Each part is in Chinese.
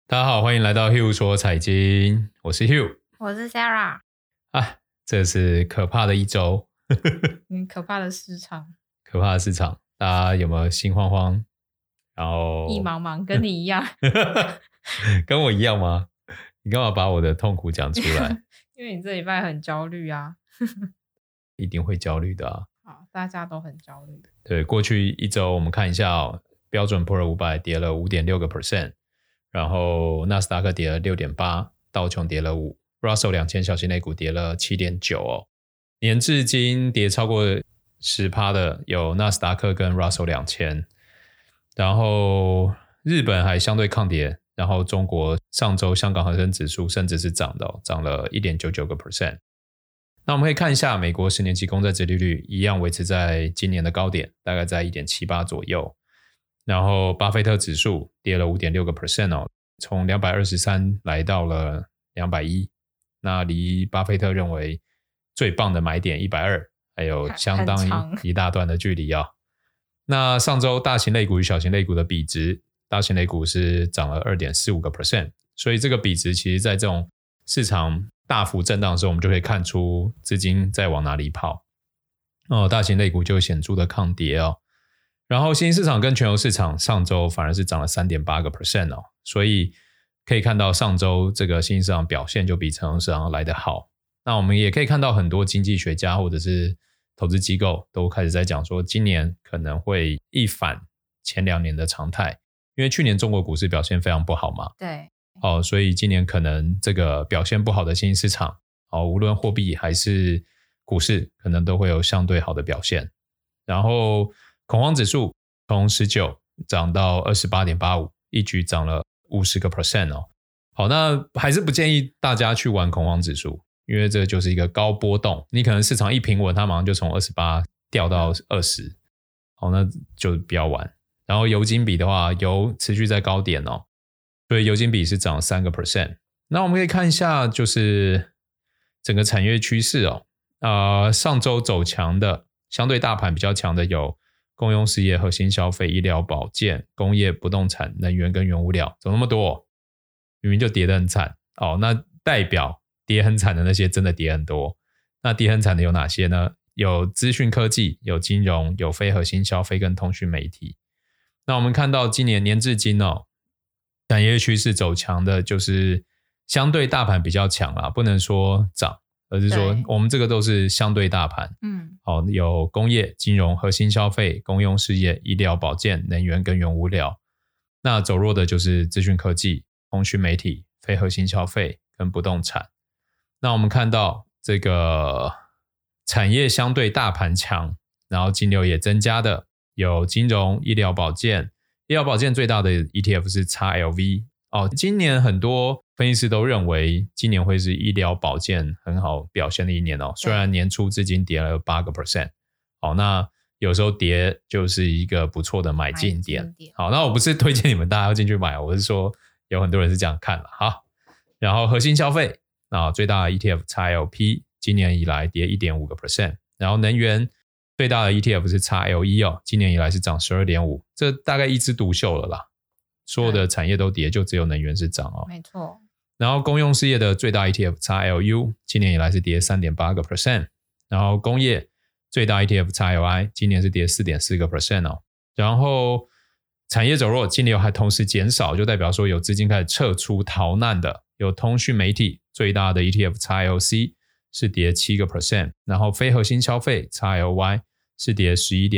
大家好，欢迎来到 Hugh 说财经，我是 Hugh， 我是 Sarah。 这是可怕的一周可怕的市场， 可怕的市场，大家有没有心慌慌？然后一茫茫，跟你一样跟我一样吗？你干嘛把我的痛苦讲出来？ 因为你这礼拜很焦虑啊一定会焦虑的啊。 好，大家都很焦虑。 对，过去一周我们看一下标准普尔500跌了 5.6%， 然后纳斯达克跌了 6.8%， 道琼跌了5%， Russell 2000小型类股跌了 7.9%。年至今跌超过 10% 的有纳斯达克跟 Russell 2000，然后日本还相对抗跌，然后中国上周香港恒生指数甚至是涨的，涨了 1.99%。那我们可以看一下美国10年期公债殖利率一样维持在今年的高点，大概在 1.78 左右。然后巴菲特指数跌了 5.6% 从223来到了210，那离巴菲特认为最棒的买点120还有相当一大段的距离啊。那上周大型类股与小型类股的比值，大型类股是涨了 2.45%， 所以这个比值其实在这种市场大幅震荡的时候，我们就可以看出资金在往哪里跑。大型类股就显著的抗跌哦。然后新兴市场跟全球市场上周反而是涨了 3.8% 哦，所以可以看到上周这个新兴市场表现就比传统市场来得好。那我们也可以看到很多经济学家或者是投资机构都开始在讲说，今年可能会一反前2年的常态，因为去年中国股市表现非常不好嘛。 对。 所以今年可能这个表现不好的新兴市场，无论货币还是股市，可能都会有相对好的表现。然后恐慌指数从19涨到 28.85， 一举涨了 50% 哦。好，那还是不建议大家去玩恐慌指数，因为这就是一个高波动，你可能市场一平稳，它马上就从28掉到20，好，那就不要玩。然后油金比的话，油持续在高点哦，所以油金比是涨 3%。 那我们可以看一下就是整个产业趋势哦。上周走强的相对大盘比较强的有公用事业、核心消费、医疗保健、工业、不动产、能源跟原物料，怎么那么多？明明就跌得很惨那代表跌很惨的那些真的跌很多。那跌很惨的有哪些呢？有资讯科技、有金融、有非核心消费跟通讯媒体。那我们看到今年年至今产业趋势走强的就是相对大盘比较强啦，不能说涨，而是说我们这个都是相对大盘。有工业、金融、核心消费、公用事业、医疗保健、能源跟原物料。那走弱的就是资讯科技、通讯媒体、非核心消费跟不动产。那我们看到这个产业相对大盘强，然后金流也增加的有金融、医疗保健。医疗保健最大的 ETF 是 XLV 今年很多分析师都认为今年会是医疗保健很好表现的一年虽然年初至今跌了 8%， 那有时候跌就是一个不错的买进点。好，那我不是推荐你们大家要进去买，我是说有很多人是这样看了。好，然后核心消费最大的 ETF XLP 今年以来跌 1.5%， 然后能源最大的 ETF 是 XLE 今年以来是涨 12.5%， 这大概一枝独秀了啦，所有的产业都跌，就只有能源是涨没错。 然后公用事业的最大 ETF XLU 今年以来是跌 3.8%， 然后工业最大 ETF XLI 今年是跌 4.4% 然后产业走弱，金流还同时减少，就代表说有资金开始撤出逃难的。有通讯媒体最大的 ETF XLC 是跌 7%， 然后非核心消费 XLY 是跌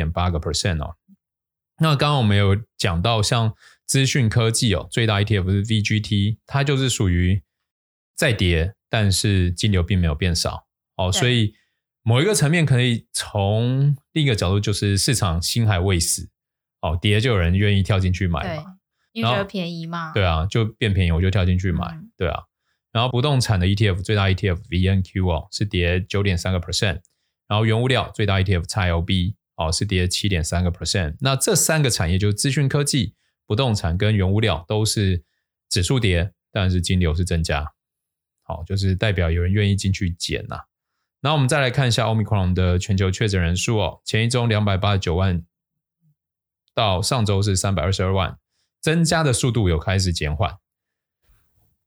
11.8% 那刚刚我们有讲到像资讯科技最大 ETF 是 VGT， 它就是属于在跌，但是金流并没有变少所以某一个层面可以从另一个角度，就是市场心还未死跌就有人愿意跳进去买嘛， 因为觉得便宜嘛。 对啊，就变便宜我就跳进去买，对啊。然后不动产的 ETF 最大 ETF VNQ 是跌 9.3%， 然后原物料最大 ETF XLB是跌 7.3%。 那这三个产业就是资讯科技、不动产跟原物料都是指数跌，但是金流是增加，好，就是代表有人愿意进去捡啊。然后我们再来看一下 Omicron 的全球确诊人数前一周289万到上周是322万，增加的速度有开始减缓。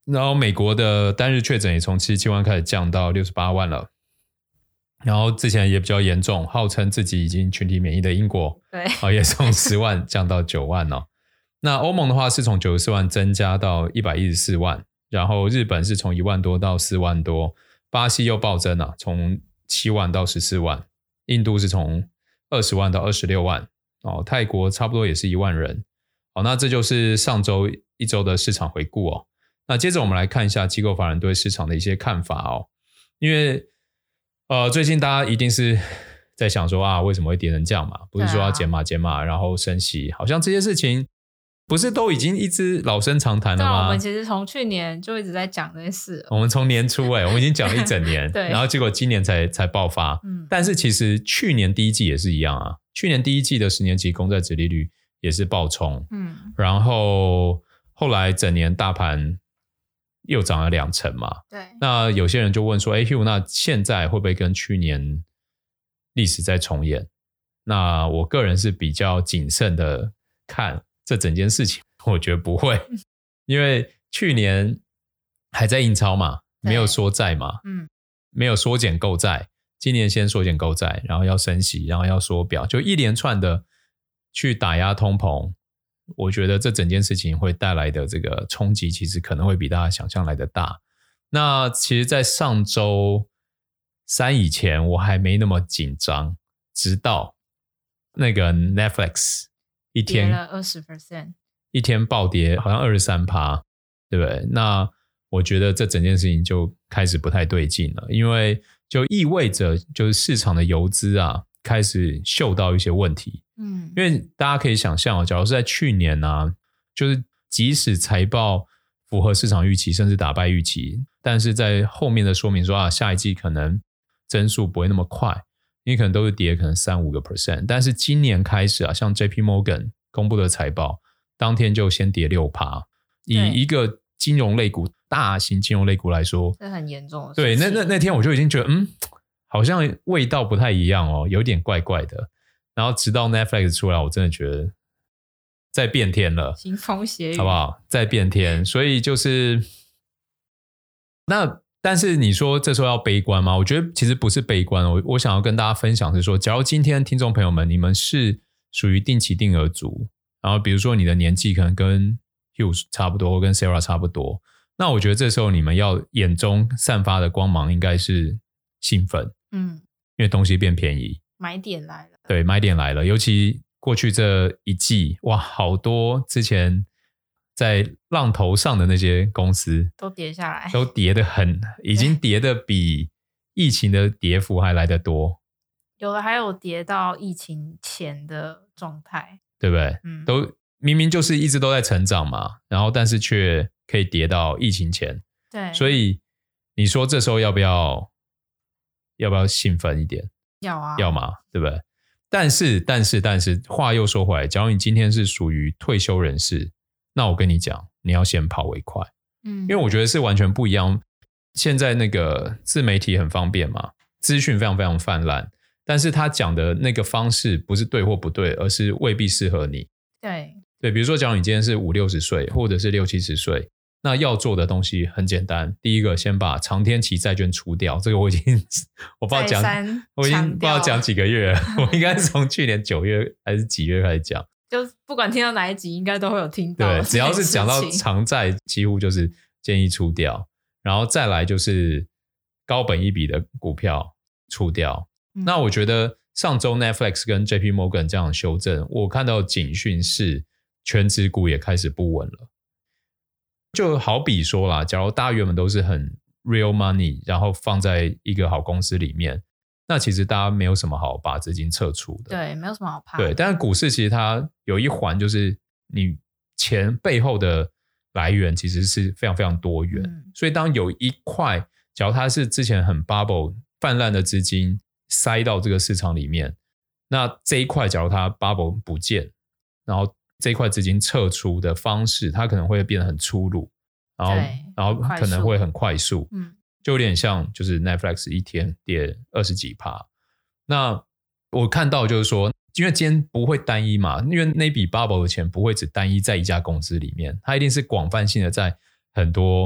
然后美国的单日确诊也从77万开始降到68万了。然后之前也比较严重，号称自己已经群体免疫的英国， 对， 也从10万降到9万哦。那欧盟的话是从94万增加到114万，然后日本是从1万多到4万多，巴西又暴增啊，从7万到14万，印度是从20万到26万，泰国差不多也是1万人。好，那这就是上周一周的市场回顾哦。那接着我们来看一下机构法人对市场的一些看法哦，因为最近大家一定是在想说啊，为什么会跌成这样嘛？不是说要减码，然后升息，好像这些事情不是都已经一直老生常谈了吗？ 我们其实从去年就一直在讲这些事， 我们从年初我们已经讲了一整年， 对， 然后结果今年才爆发。但是其实去年第一季也是一样啊，去年第一季的10年期公债殖利率也是暴冲，然后后来整年大盘又涨了2%嘛。 对， 那有些人就问说Hugh 那现在会不会跟去年历史再重演？那我个人是比较谨慎的看这整件事情，我觉得不会，因为去年还在印钞嘛，没有缩债嘛，没有缩减购债，今年先缩减购债，然后要升息，然后要缩表，就一连串的去打压通膨。我觉得这整件事情会带来的这个冲击其实可能会比大家想象来的大。那其实在上周3以前我还没那么紧张，直到那个 Netflix 一天跌了 20%， 一天暴跌好像 23%， 对不对？那我觉得这整件事情就开始不太对劲了，因为就意味着就是市场的游资啊开始嗅到一些问题。因为大家可以想象假如是在去年啊，就是即使财报符合市场预期甚至打败预期，但是在后面的说明说下一季可能增速不会那么快，你可能都是跌可能 3-5%， 但是今年开始像 JP Morgan 公布的财报当天就先跌 6%， 以一个金融类股大型金融类股来说这很严重的事情。 对，那天我就已经觉得好像味道不太一样有点怪怪的。然后直到 Netflix 出来，我真的觉得在变天了， 腥风血雨， 好不好？在变天，所以就是那，但是你说这时候要悲观吗？我觉得其实不是悲观，我想要跟大家分享是说，假如今天听众朋友们你们是属于定期定额族，然后比如说你的年纪可能跟 Hugh 差不多，跟 Sarah 差不多，那我觉得这时候你们要眼中散发的光芒应该是兴奋，因为东西变便宜， 买点来了。 对，买点来了，尤其过去这一季，哇，好多之前在浪头上的那些公司都跌下来， 都跌得已经跌得比疫情的跌幅还来得多， 有的还有跌到疫情前的状态， 对不对？都明明就是一直都在成长嘛，然后但是却可以跌到疫情前， 对， 所以你说这时候要不要兴奋一点？ 要啊， 要嘛，对不对？但是话又说回来，假如你今天是属于退休人士，那我跟你讲，你要先跑为快，因为我觉得是完全不一样。现在那个自媒体很方便嘛，资讯非常非常泛滥，但是他讲的那个方式不是对或不对，而是未必适合你。对，比如说假如你今天是50-60岁或者是60-70岁，那要做的东西很简单，第一个先把长天期债券出掉，这个我已经不知道讲几个月了我应该是从去年9月还是几月开始讲， 就不管听到哪一集应该都会有听到， 对，只要是讲到长债几乎就是建议出掉，然后再来就是高本益比的股票出掉。那我觉得上周 Netflix 跟 JP Morgan 这样的修正，我看到警讯是全指股也开始不稳了。就好比说啦，假如大家原本都是很 real money 然后放在一个好公司里面，那其实大家没有什么好把资金撤出的， 对，没有什么好怕的。 对，但是股市其实它有一环就是你钱背后的来源其实是非常非常多元，所以当有一块假如它是之前很 bubble 泛滥的资金塞到这个市场里面，那这一块假如它 bubble 不见，然后这一块资金撤出的方式它可能会变得很粗鲁，然后可能会很快速，就有点像就是 Netflix 一天跌20几%。那我看到就是说，因为今天不会单一嘛，因为那笔 bubble 的钱不会只单一在一家公司里面，它一定是广泛性的在很多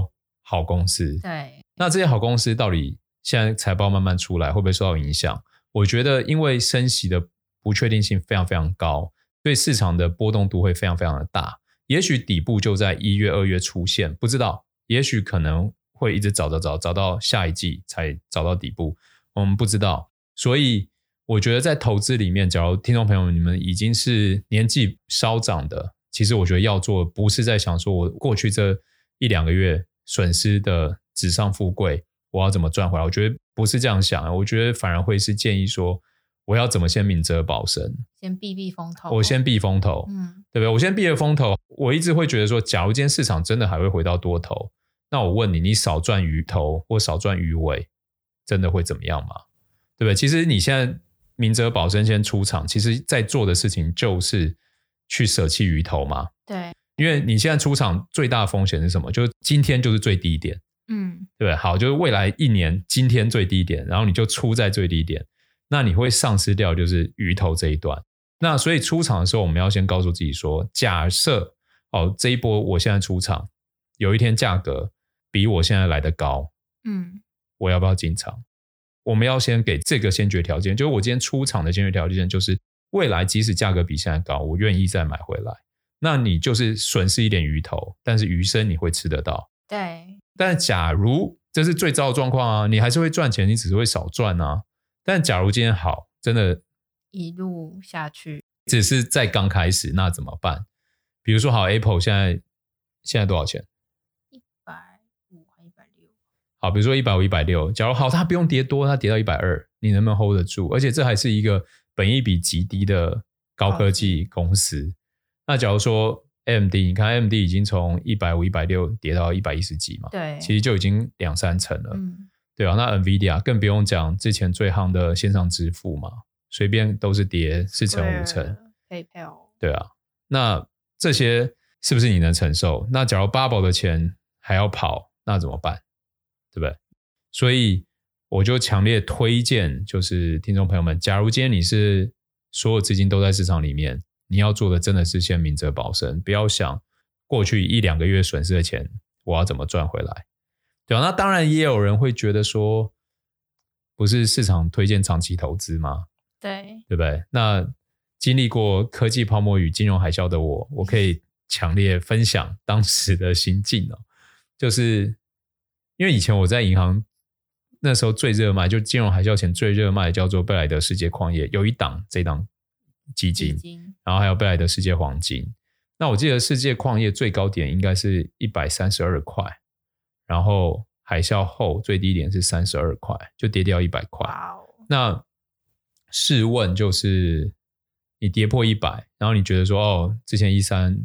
好公司。 对， 那这些好公司到底现在财报慢慢出来，会不会受到影响？我觉得因为升息的不确定性非常非常高，所以市场的波动度会非常非常的大。也许底部就在1月2月出现，不知道，也许可能会一直找到下一季才找到底部，我们不知道。所以我觉得在投资里面，假如听众朋友们你们已经是年纪稍长的，其实我觉得要做不是在想说我过去这1-2个月损失的纸上富贵我要怎么赚回来，我觉得不是这样想，我觉得反而会是建议说我要怎么先明哲保身， 先避风头。 我先避风头，对不对？我先避了风头，我一直会觉得说，假如今天市场真的还会回到多头，那我问你，你少赚鱼头或少赚鱼尾，真的会怎么样吗？对不对？其实你现在明哲保身先出场，其实在做的事情就是去舍弃鱼头嘛。 对， 因为你现在出场最大的风险是什么？就是今天就是最低点，对不对？好，就是未来1年今天最低点，然后你就出在最低点，那你会丧失掉就是鱼头这一段。那所以出场的时候，我们要先告诉自己说，假设这一波我现在出场，有一天价格比我现在来得高，我要不要进场？我们要先给这个先决条件，就是我今天出场的先决条件就是未来即使价格比现在高，我愿意再买回来。那你就是损失一点鱼头，但是鱼身你会吃得到。 对。 但假如这是最糟的状况啊，你还是会赚钱，你只是会少赚啊。但假如今天好，真的一路下去， 只是在刚开始，那怎么办？比如说好 Apple 现在多少钱 ？150还160。 好，比如说150、160，假如好，它不用跌多，它跌到120，你能不能 hold 得住？而且这还是一个本益比极低的高科技公司。那假如说 AMD， 你看 AMD 已经从150、160跌到110几嘛， 对， 其实就已经2-3成了。对啊，那 NVIDIA 更不用讲，之前最夯的线上支付嘛，随便都是跌4成5成。 PayPal。 对啊，那这些是不是你能承受？那假如 Bubble 的钱还要跑，那怎么办？对不对？所以我就强烈推荐，就是听众朋友们，假如今天你是所有资金都在市场里面，你要做的真的是先明哲保身，不要想过去1-2个月损失的钱我要怎么赚回来。对啊，那当然也有人会觉得说，不是市场推荐长期投资吗？ 对， 对不对？那经历过科技泡沫与金融海啸的我可以强烈分享当时的心境哦，就是因为以前我在银行那时候最热卖，就金融海啸前最热卖的叫做贝莱德世界矿业，有这档基金，然后还有贝莱德世界黄金。那我记得世界矿业最高点应该是132块，然后海啸后最低点是32块，就跌掉100块。那试问就是你跌破100，然后你觉得说之前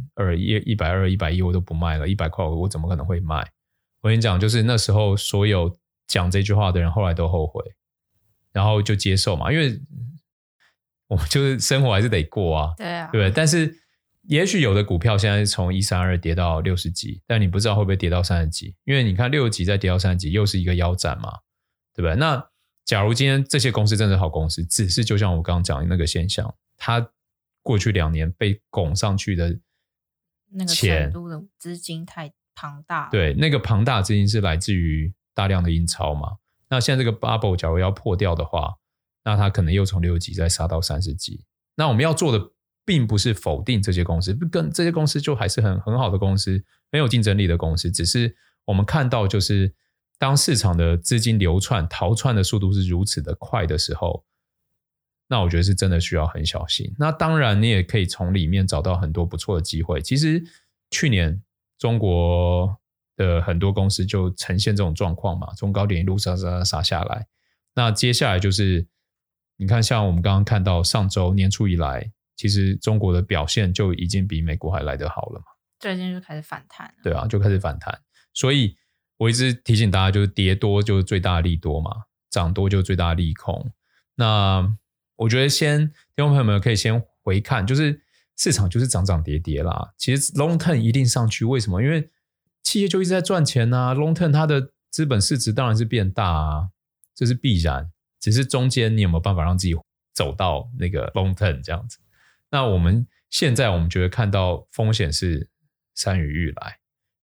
132、120、110我都不卖了，100块我怎么可能会卖？我跟你讲，就是那时候所有讲这句话的人后来都后悔，然后就接受嘛，因为我们就是生活还是得过啊， 对啊， 对不对？但是也许有的股票现在从132跌到60几，但你不知道会不会跌到30几，因为你看60几再跌到30几又是一个腰斩嘛，对不对？那假如今天这些公司真的是好公司，只是就像我刚刚讲的那个现象，它过去2年被拱上去的那个程度的资金太庞大了， 对，那个庞大的资金是来自于大量的印钞嘛。那现在这个 bubble 假如要破掉的话，那它可能又从60几再杀到30几。那我们要做的并不是否定这些公司，跟这些公司就还是很好的公司，很有竞争力的公司，只是我们看到就是当市场的资金流窜逃窜的速度是如此的快的时候，那我觉得是真的需要很小心。那当然你也可以从里面找到很多不错的机会。其实去年中国的很多公司就呈现这种状况嘛，从高点一路杀下来。那接下来就是你看像我们刚刚看到上周年初以来，其实中国的表现就已经比美国还来得好了嘛， 最近就开始反弹了。 对啊，就开始反弹。所以我一直提醒大家，就是跌多就是最大的利多嘛，涨多就是最大的利空。那我觉得听众朋友们可以先回看，就是市场就是涨涨跌跌啦。其实 long term 一定上去，为什么？因为企业就一直在赚钱啊， long term 它的资本市值当然是变大啊，这是必然。只是中间你有没有办法让自己走到那个 long term 这样子？那我们现在觉得看到风险是山雨欲来，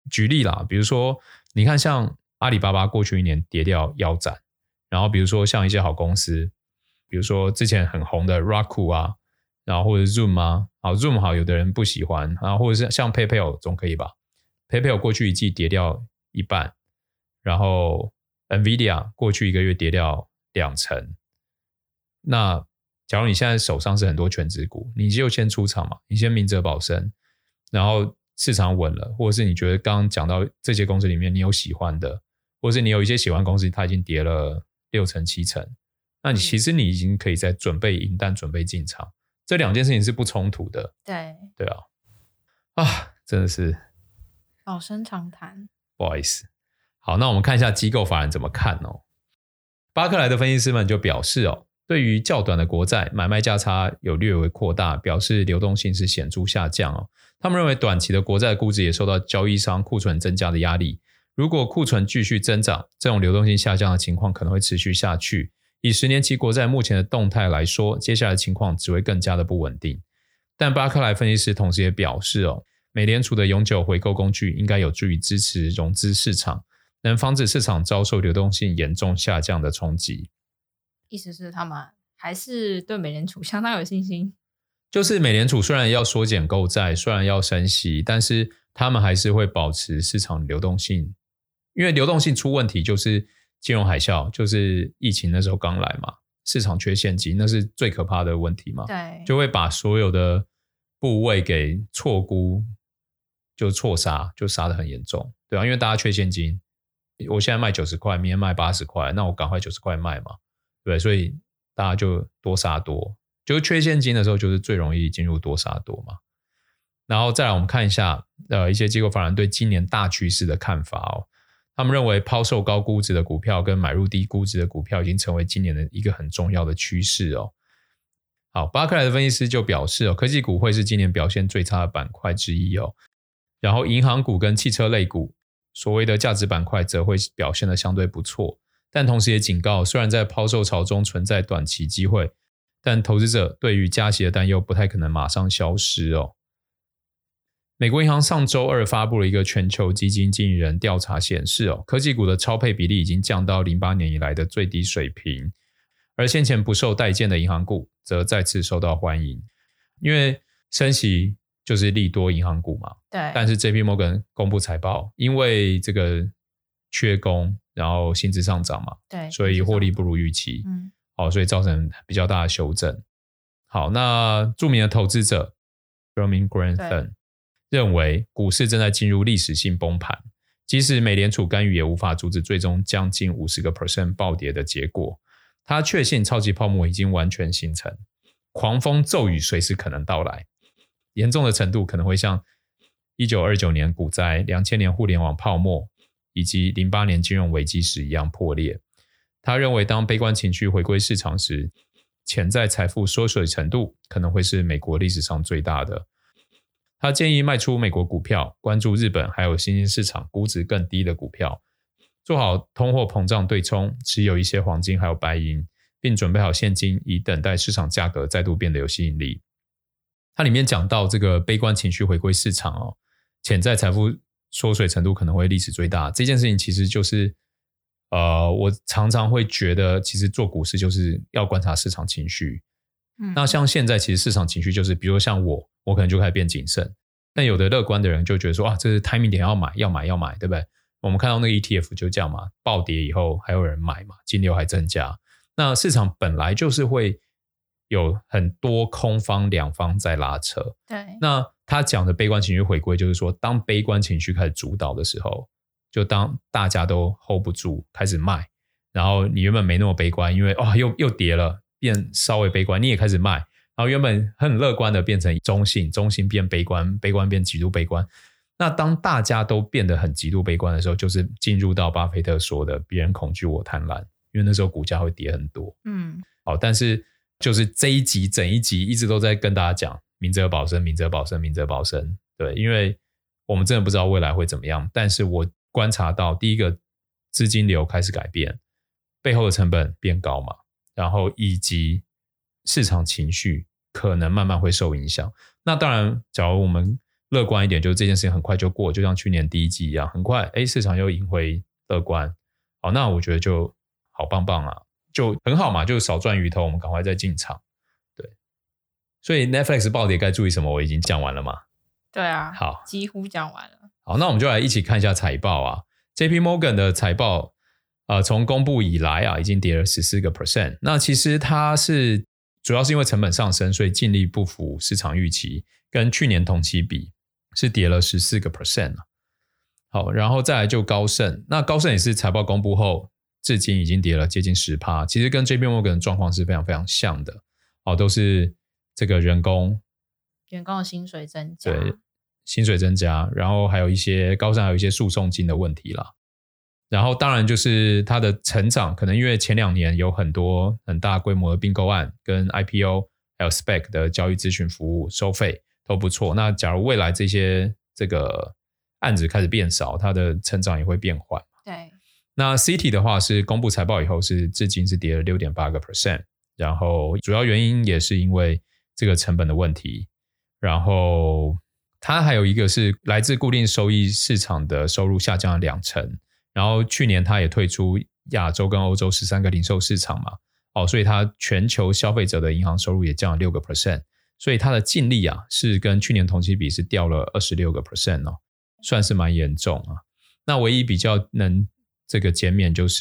举例啦，比如说你看像阿里巴巴过去1年跌掉腰斩，然后比如说像一些好公司，比如说之前很红的 Roku 啊，然后或者 Zoom 啊，好 Zoom 好有的人不喜欢，然后或者是像 PayPal 总可以吧， PayPal 过去一季跌掉一半，然后 Nvidia 过去1个月跌掉20%，那假如你现在手上是很多全指股，你就先出场嘛，你先明哲保身，然后市场稳了，或者是你觉得刚刚讲到这些公司里面你有喜欢的，或者是你有一些喜欢公司它已经跌了6成7成，那你其实你已经可以在准备赢弹准备进场，这2件事情是不冲突的。对啊，真的是老生常谈， 不好意思。好，那我们看一下机构法人怎么看哦。巴克莱的分析师们就表示哦，对于较短的国债买卖价差有略微扩大，表示流动性是显著下降哦。他们认为短期的国债估值也受到交易商库存增加的压力，如果库存继续增长，这种流动性下降的情况可能会持续下去。以10年期国债目前的动态来说，接下来的情况只会更加的不稳定。但巴克莱分析师同时也表示哦，美联储的永久回购工具应该有助于支持融资市场，能防止市场遭受流动性严重下降的冲击。 意思是他们还是对美联储相当有信心， 就是美联储虽然要缩减购债，虽然要升息，但是他们还是会保持市场流动性，因为流动性出问题就是金融海啸，就是疫情那时候刚来嘛，市场缺现金，那是最可怕的问题嘛， 对， 就会把所有的部位给错估，就错杀，就杀得很严重，对啊，因为大家缺现金，我现在卖90块，明天卖80块，那我赶快90块卖嘛，对，所以大家就多杀多，就是缺现金的时候就是最容易进入多杀多嘛。然后再来我们看一下一些机构法人对今年大趋势的看法哦。他们认为抛售高估值的股票跟买入低估值的股票已经成为今年的一个很重要的趋势哦。好，巴克莱的分析师就表示科技股会是今年表现最差的板块之一哦。然后银行股跟汽车类股，所谓的价值板块则会表现得相对不错，但同时也警告，虽然在抛售潮中存在短期机会，但投资者对于加息的担忧不太可能马上消失哦。美国银行上周二发布了一个全球基金经理人调查显示科技股的超配比例已经降到08年以来的最低水平，而先前不受待见的银行股则再次受到欢迎，因为升息就是利多银行股嘛， 对， 但是 JP Morgan 公布财报，因为这个缺工，然后薪资上涨嘛， 对， 所以获利不如预期，所以造成比较大的修正。好，那著名的投资者 Jeremy Grantham 认为股市正在进入历史性崩盘，即使美联储干预也无法阻止最终将近 50% 暴跌的结果。他确信超级泡沫已经完全形成，狂风骤雨随时可能到来，严重的程度可能会像1929年股灾、2000年互联网泡沫以及08年金融危机时一样破裂。他认为当悲观情绪回归市场时，潜在财富缩水程度可能会是美国历史上最大的。他建议卖出美国股票，关注日本还有新兴市场估值更低的股票，做好通货膨胀对冲，持有一些黄金还有白银，并准备好现金，以等待市场价格再度变得有吸引力。它里面讲到这个悲观情绪回归市场潜在财富缩水程度可能会历史最大，这件事情其实就是我常常会觉得其实做股市就是要观察市场情绪。那像现在其实市场情绪就是比如说像我可能就开始变谨慎，但有的乐观的人就觉得说这是 timing 点要买，对不对？我们看到那个 ETF 就这样嘛，暴跌以后还有人买嘛，金流还增加。那市场本来就是会有很多空方两方在拉扯， 对。 那他讲的悲观情绪回归就是说，当悲观情绪开始主导的时候，就当大家都 hold 不住开始卖，然后你原本没那么悲观，因为又跌了，变稍微悲观，你也开始卖，然后原本很乐观的变成中性，中性变悲观，悲观变极度悲观。那当大家都变得很极度悲观的时候，就是进入到巴菲特说的别人恐惧我贪婪，因为那时候股价会跌很多。好，但是就是这一集整一集一直都在跟大家讲明哲保身，明哲保身，明哲保身。对，因为我们真的不知道未来会怎么样，但是我观察到第一个资金流开始改变，背后的成本变高嘛，然后以及市场情绪可能慢慢会受影响。那当然假如我们乐观一点，就是这件事情很快就过，就像去年第一季一样，很快市场又赢回乐观。好，那我觉得就好棒棒啊，就很好嘛，就少赚鱼头，我们赶快再进场。对，所以 Netflix 暴跌该注意什么，我已经讲完了嘛。 对啊， 好， 几乎讲完了。 好，那我们就来一起看一下财报啊。JP Morgan 的财报从公布以来啊，已经跌了 14%。那其实它是主要是因为成本上升，所以净利不符市场预期，跟去年同期比是跌了 14% 好，然后再来就高盛，那高盛也是财报公布后至今已经跌了接近 10%， 其实跟 JP Morgan 的状况是非常非常像的。都是这个员工的薪水增加， 对，薪水增加，然后还有一些高盛还有一些诉讼金的问题啦。然后当然就是它的成长，可能因为前2年有很多很大规模的并购案跟 IPO 还有 SPAC 的交易咨询服务收费都不错。那假如未来这个案子开始变少，它的成长也会变缓。 对， 那 Citi 的话是公布财报以后是至今是跌了 6.8%， 然后主要原因也是因为这个成本的问题，然后它还有一个是来自固定收益市场的收入下降了20%，然后去年它也退出亚洲跟欧洲13个零售市场嘛，所以它全球消费者的银行收入也降了 6%， 所以它的净利啊是跟去年同期比是掉了 26%算是蛮严重啊。那唯一比较能这个减免就是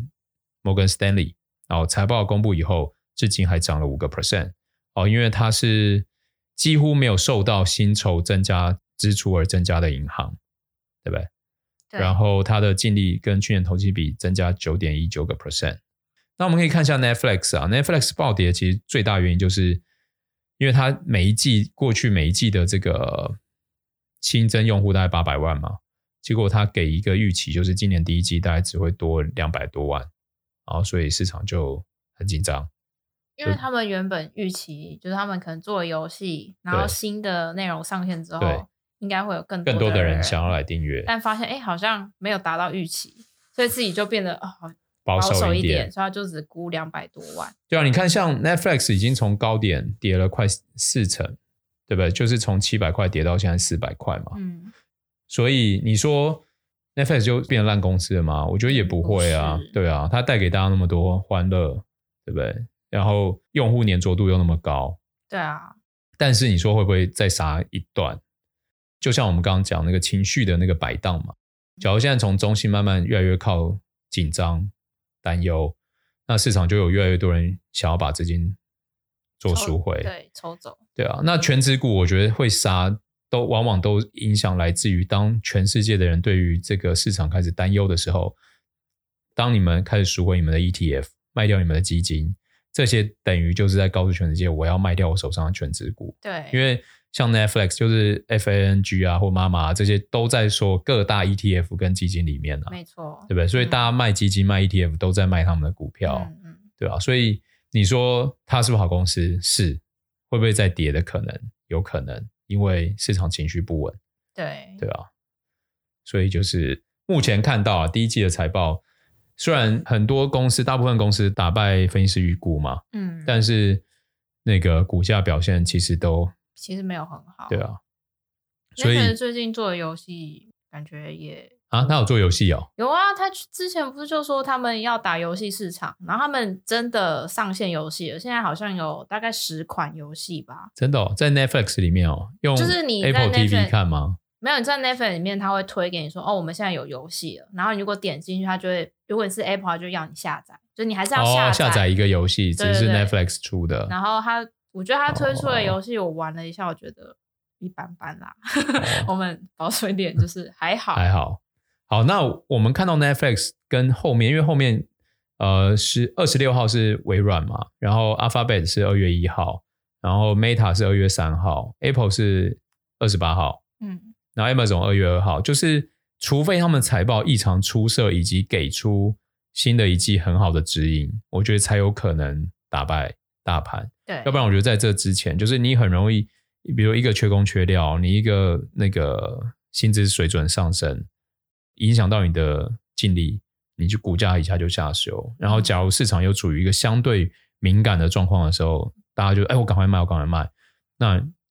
Morgan Stanley， 财报公布以后至今还涨了 5%，因为它是几乎没有受到薪酬增加支出而增加的银行，对不对？ 对， 然后它的净利跟去年同期比增加 9.19%。 那我们可以看一下 Netflix 啊 ，Netflix 暴跌其实最大原因就是因为它过去每一季的这个新增用户大概800万嘛，结果它给一个预期就是今年第一季大概只会多200多万，然后所以市场就很紧张。 因为他们原本预期就是他们可能做了游戏，然后新的内容上线之后应该会有更多的人想要来订阅， 但发现好像没有达到预期，所以自己就变得保守一点， 所以他就只估200多万。 对啊，你看像 Netflix 已经从高点跌了快40%，对不对？就是从700块跌到现在400块嘛。所以你说 Netflix 就变成烂公司了吗？我觉得也不会啊。对啊，它带给大家那么多欢乐，对不对？然后用户粘着度又那么高， 对啊。 但是你说会不会再杀一段？就像我们刚刚讲那个情绪的那个摆荡嘛，假如现在从中性慢慢越来越靠紧张担忧，那市场就有越来越多人想要把资金做赎回， 对，抽走。 对啊，那全指股我觉得会杀往往都影响来自于当全世界的人对于这个市场开始担忧的时候，当你们开始赎回你们的 ETF， 卖掉你们的基金，这些等于就是在告诉全世界我要卖掉我手上的全指股。 对， 因为像 Netflix 就是 FANG 啊或妈妈这些都在说各大 ETF 跟基金里面啊， 没错， 对不对？所以大家卖基金卖 ETF 都在卖他们的股票，对吧？所以你说它是不是好公司？是，会不会再跌的可能？有可能，因为市场情绪不稳，对吧？所以就是目前看到第一季的财报，虽然很多公司大部分公司打败分析师预估嘛，但是那个股价表现其实没有很好， 对啊。所以最近做的游戏感觉也他有做游戏哦？ 有啊，他之前不是就说他们要打游戏市场，然后他们真的上线游戏了，现在好像有大概10款游戏吧。 真的在 Netflix 里面用就是你 Apple TV 看吗？ 没有，你在 Netflix 里面他会推给你说我们现在有游戏了，然后你如果点进去，他就会，如果你是 Apple 他就要你下载，就你还是要下载一个游戏，只是 Netflix 出的。 然后我觉得他推出的游戏我玩了一下，我觉得一般般啦。我们保守一点，就是还好。 好，那我们看到 Netflix 跟后面，因为后面是26号是微软嘛，然后 Alphabet 是2月1号，然后 Meta 是2月3号， Apple 是28号，然后 Amazon 2月2号，就是除非他们财报异常出色以及给出新的一季很好的指引，我觉得才有可能打败大盘。 对， 要不然我觉得在这之前，就是你很容易，比如一个缺工缺料，你一个那个薪资水准上升，影响到你的净利，你就股价一下就下修。然后假如市场又处于一个相对敏感的状况的时候，大家就我赶快卖，那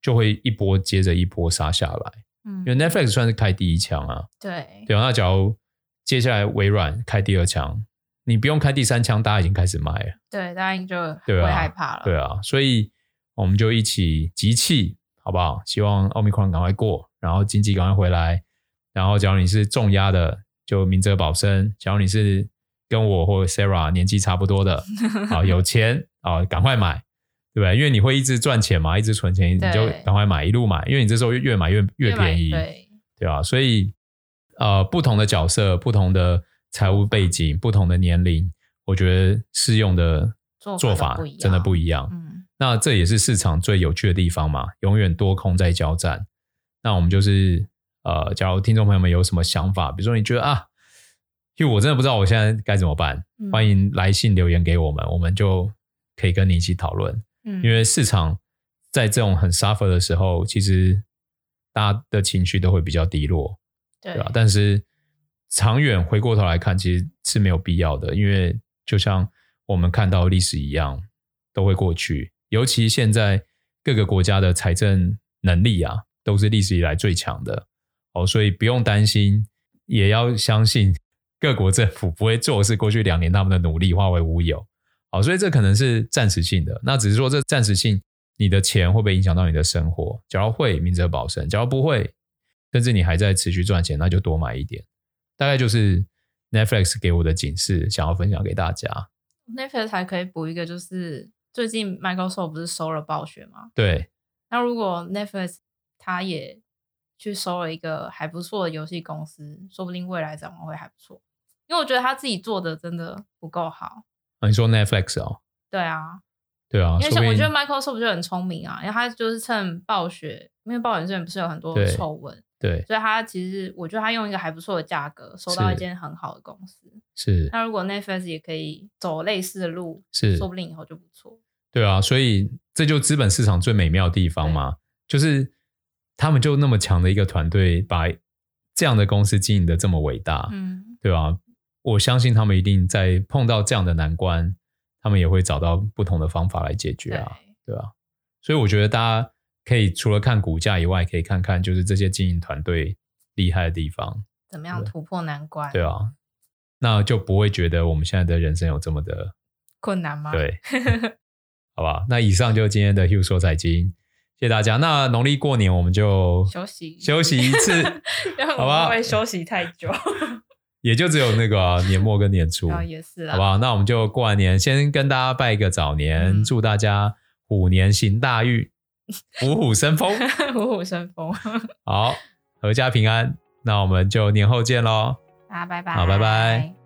就会一波接着一波杀下来。因为 Netflix 算是开第一枪啊， 对啊，那假如接下来微软开第二枪，你不用开第三枪，大家已经开始卖了， 对，大家就会害怕了。 对啊，所以我们就一起集气，好不好？希望 Omicron 赶快过，然后经济赶快回来，然后假如你是重压的，就明哲保身；假如你是跟我或 Sarah 年纪差不多的，有钱赶快买。对不对？因为你会一直赚钱嘛，一直存钱，你就赶快买，一路买，因为你这时候越买越便宜，对啊，所以不同的角色、不同的财务背景、不同的年龄，我觉得适用的做法真的不一样。那这也是市场最有趣的地方嘛，永远多空在交战。那我们就是假如听众朋友们有什么想法，比如说你觉得啊，因为我真的不知道我现在该怎么办，欢迎来信留言给我们，我们就可以跟你一起讨论。因为市场在这种很 suffer 的时候，其实大家的情绪都会比较低落，对吧？但是长远回过头来看，其实是没有必要的，因为就像我们看到历史一样，都会过去。尤其现在各个国家的财政能力啊，都是历史以来最强的，所以不用担心，也要相信各国政府不会坐视过去2年他们的努力化为乌有。好，所以这可能是暂时性的，那只是说这暂时性你的钱会不会影响到你的生活，假如会明哲保身，假如不会甚至你还在持续赚钱，那就多买一点。大概就是 Netflix 给我的警示，想要分享给大家。 Netflix 还可以补一个，就是最近 Microsoft 不是收了暴雪吗？ 对， 那如果 Netflix 他也去收了一个还不错的游戏公司，说不定未来展望会还不错，因为我觉得他自己做的真的不够好。 你说 Netflix 哦？ 对啊， 对啊， 因为像我觉得 Microsoft 就很聪明啊，因为他就是趁暴雪，因为暴雪之前不是有很多丑闻，对，所以他其实我觉得他用一个还不错的价格收到一间很好的公司。 是， 那如果 Netflix 也可以走类似的路， 是， 说不定以后就不错。 对啊，所以这就资本市场最美妙的地方嘛，就是他们就那么强的一个团队，把这样的公司经营的这么伟大，对吧？我相信他们一定在碰到这样的难关，他们也会找到不同的方法来解决啊，对吧？所以我觉得大家可以除了看股价以外，可以看看就是这些经营团队厉害的地方， 怎么样突破难关。 对啊，那就不会觉得我们现在的人生有这么的困难吗？ 对好吧，那以上就是今天的 Hugh 说财经，谢谢大家。那农历过年我们就休息一次好吧， 不会休息太久也就只有那个年末跟年初也是啦， 好不好？那我们就过完年先跟大家拜一个早年，祝大家虎年行大运，虎虎生风虎虎生风好，阖家平安，那我们就年后见咯。 大家拜拜。 好，拜拜。